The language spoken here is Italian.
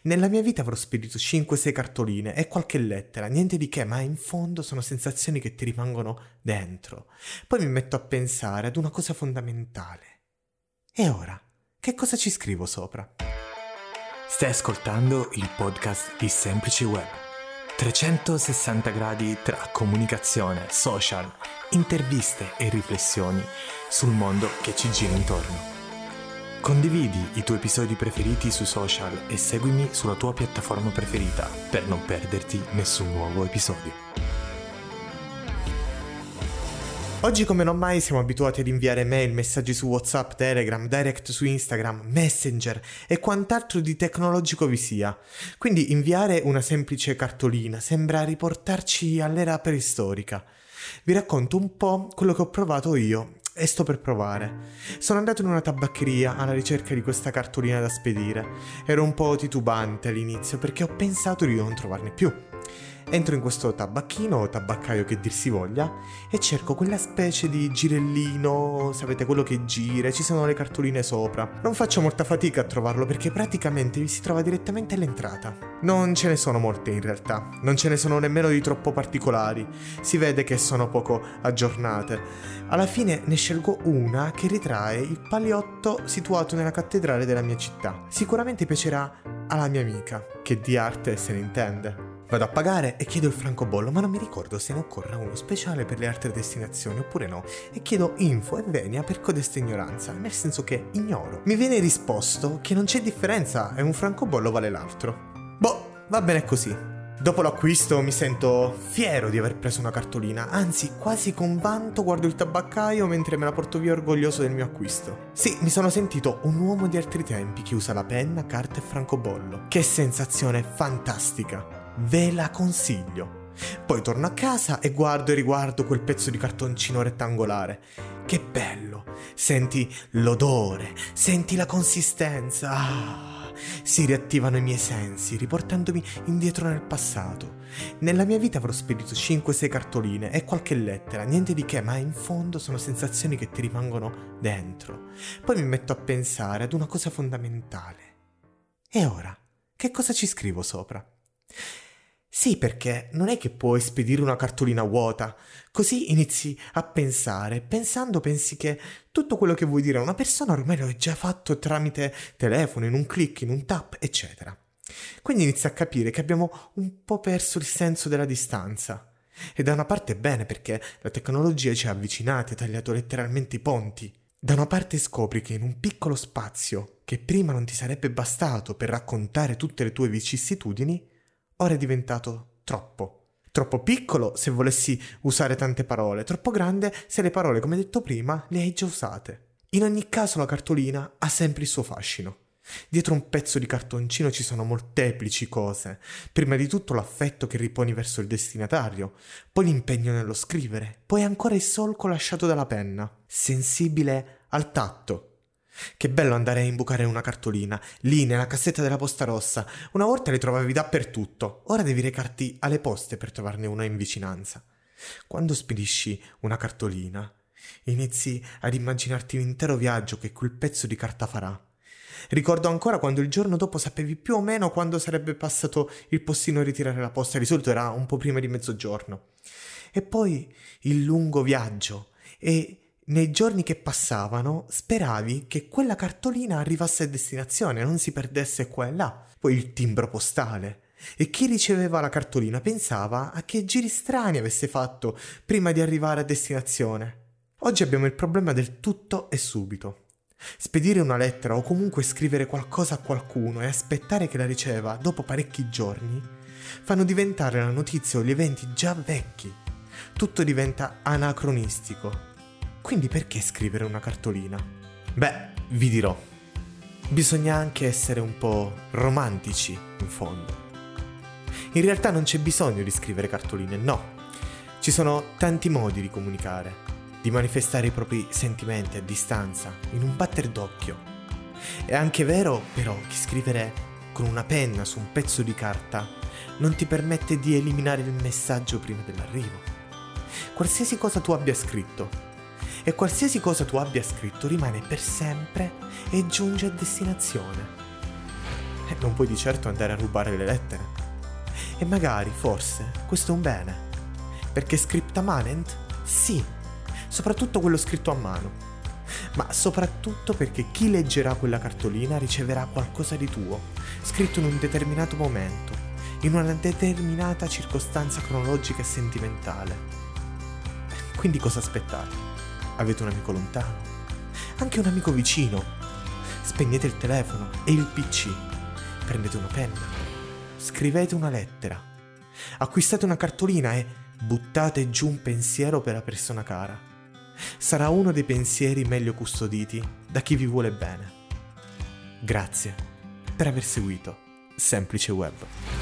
Nella mia vita avrò spedito 5-6 cartoline e qualche lettera, niente di che, ma in fondo sono sensazioni che ti rimangono dentro. Poi mi metto a pensare ad una cosa fondamentale. E ora, che cosa ci scrivo sopra? Stai ascoltando il podcast di Semplice Web. 360 gradi tra comunicazione, social, interviste e riflessioni sul mondo che ci gira intorno. Condividi i tuoi episodi preferiti sui social e seguimi sulla tua piattaforma preferita per non perderti nessun nuovo episodio. Oggi come non mai siamo abituati ad inviare mail, messaggi su WhatsApp, Telegram, Direct su Instagram, Messenger e quant'altro di tecnologico vi sia. Quindi inviare una semplice cartolina sembra riportarci all'era preistorica. Vi racconto un po' quello che ho provato io e sto per provare. Sono andato in una tabaccheria alla ricerca di questa cartolina da spedire. Ero un po' titubante all'inizio perché ho pensato di non trovarne più. Entro in questo tabacchino o tabaccaio che dir si voglia e cerco quella specie di girellino, sapete, quello che gira, ci sono le cartoline sopra. Non faccio molta fatica a trovarlo perché praticamente vi si trova direttamente all'entrata. Non ce ne sono molte in realtà, non ce ne sono nemmeno di troppo particolari, si vede che sono poco aggiornate. Alla fine ne scelgo una che ritrae il paliotto situato nella cattedrale della mia città. Sicuramente piacerà alla mia amica, che di arte se ne intende. Vado a pagare e chiedo il francobollo, ma non mi ricordo se ne occorra uno speciale per le altre destinazioni oppure no, e chiedo info e venia per codesta ignoranza, nel senso che ignoro. Mi viene risposto che non c'è differenza e un francobollo vale l'altro. Boh, va bene così. Dopo l'acquisto mi sento fiero di aver preso una cartolina, anzi quasi con vanto guardo il tabaccaio mentre me la porto via orgoglioso del mio acquisto. Sì, mi sono sentito un uomo di altri tempi che usa la penna, carta e francobollo. Che sensazione fantastica! Ve la consiglio. Poi torno a casa e guardo e riguardo quel pezzo di cartoncino rettangolare. Che bello! Senti l'odore, senti la consistenza. Si riattivano i miei sensi, riportandomi indietro nel passato. Nella mia vita avrò spedito 5-6 cartoline e qualche lettera, niente di che, ma in fondo sono sensazioni che ti rimangono dentro. Poi mi metto a pensare ad una cosa fondamentale. E ora, che cosa ci scrivo sopra? Sì, perché non è che puoi spedire una cartolina vuota, così inizi a pensare, pensando pensi che tutto quello che vuoi dire a una persona ormai lo hai già fatto tramite telefono, in un click, in un tap, eccetera. Quindi inizi a capire che abbiamo un po' perso il senso della distanza. E da una parte è bene perché la tecnologia ci ha avvicinati, ha tagliato letteralmente i ponti. Da una parte scopri che in un piccolo spazio, che prima non ti sarebbe bastato per raccontare tutte le tue vicissitudini, ora è diventato troppo. Troppo piccolo se volessi usare tante parole, troppo grande se le parole, come detto prima, le hai già usate. In ogni caso la cartolina ha sempre il suo fascino. Dietro un pezzo di cartoncino ci sono molteplici cose. Prima di tutto l'affetto che riponi verso il destinatario, poi l'impegno nello scrivere, poi ancora il solco lasciato dalla penna, sensibile al tatto. Che bello andare a imbucare una cartolina, lì nella cassetta della posta rossa. Una volta le trovavi dappertutto, ora devi recarti alle poste per trovarne una in vicinanza. Quando spedisci una cartolina, inizi ad immaginarti l'intero viaggio che quel pezzo di carta farà. Ricordo ancora quando il giorno dopo sapevi più o meno quando sarebbe passato il postino a ritirare la posta, di solito era un po' prima di mezzogiorno. E poi il lungo viaggio e nei giorni che passavano speravi che quella cartolina arrivasse a destinazione, non si perdesse qua e là. Poi il timbro postale. E chi riceveva la cartolina pensava a che giri strani avesse fatto prima di arrivare a destinazione. Oggi abbiamo il problema del tutto e subito. Spedire una lettera o comunque scrivere qualcosa a qualcuno e aspettare che la riceva dopo parecchi giorni fanno diventare la notizia o gli eventi già vecchi. Tutto diventa anacronistico. Quindi perché scrivere una cartolina? Beh, vi dirò. Bisogna anche essere un po' romantici, in fondo. In realtà non c'è bisogno di scrivere cartoline, no. Ci sono tanti modi di comunicare, di manifestare i propri sentimenti a distanza, in un batter d'occhio. È anche vero, però, che scrivere con una penna su un pezzo di carta non ti permette di eliminare il messaggio prima dell'arrivo. Qualsiasi cosa tu abbia scritto, e qualsiasi cosa tu abbia scritto rimane per sempre e giunge a destinazione. e non puoi di certo andare a rubare le lettere. E magari, forse, questo è un bene. Perché scripta manent? Sì, soprattutto quello scritto a mano. Ma soprattutto perché chi leggerà quella cartolina riceverà qualcosa di tuo, scritto in un determinato momento, in una determinata circostanza cronologica e sentimentale. Quindi cosa aspettate? Avete un amico lontano? Anche un amico vicino? Spegnete il telefono e il PC, prendete una penna, scrivete una lettera, acquistate una cartolina e buttate giù un pensiero per la persona cara. Sarà uno dei pensieri meglio custoditi da chi vi vuole bene. Grazie per aver seguito Semplice Web.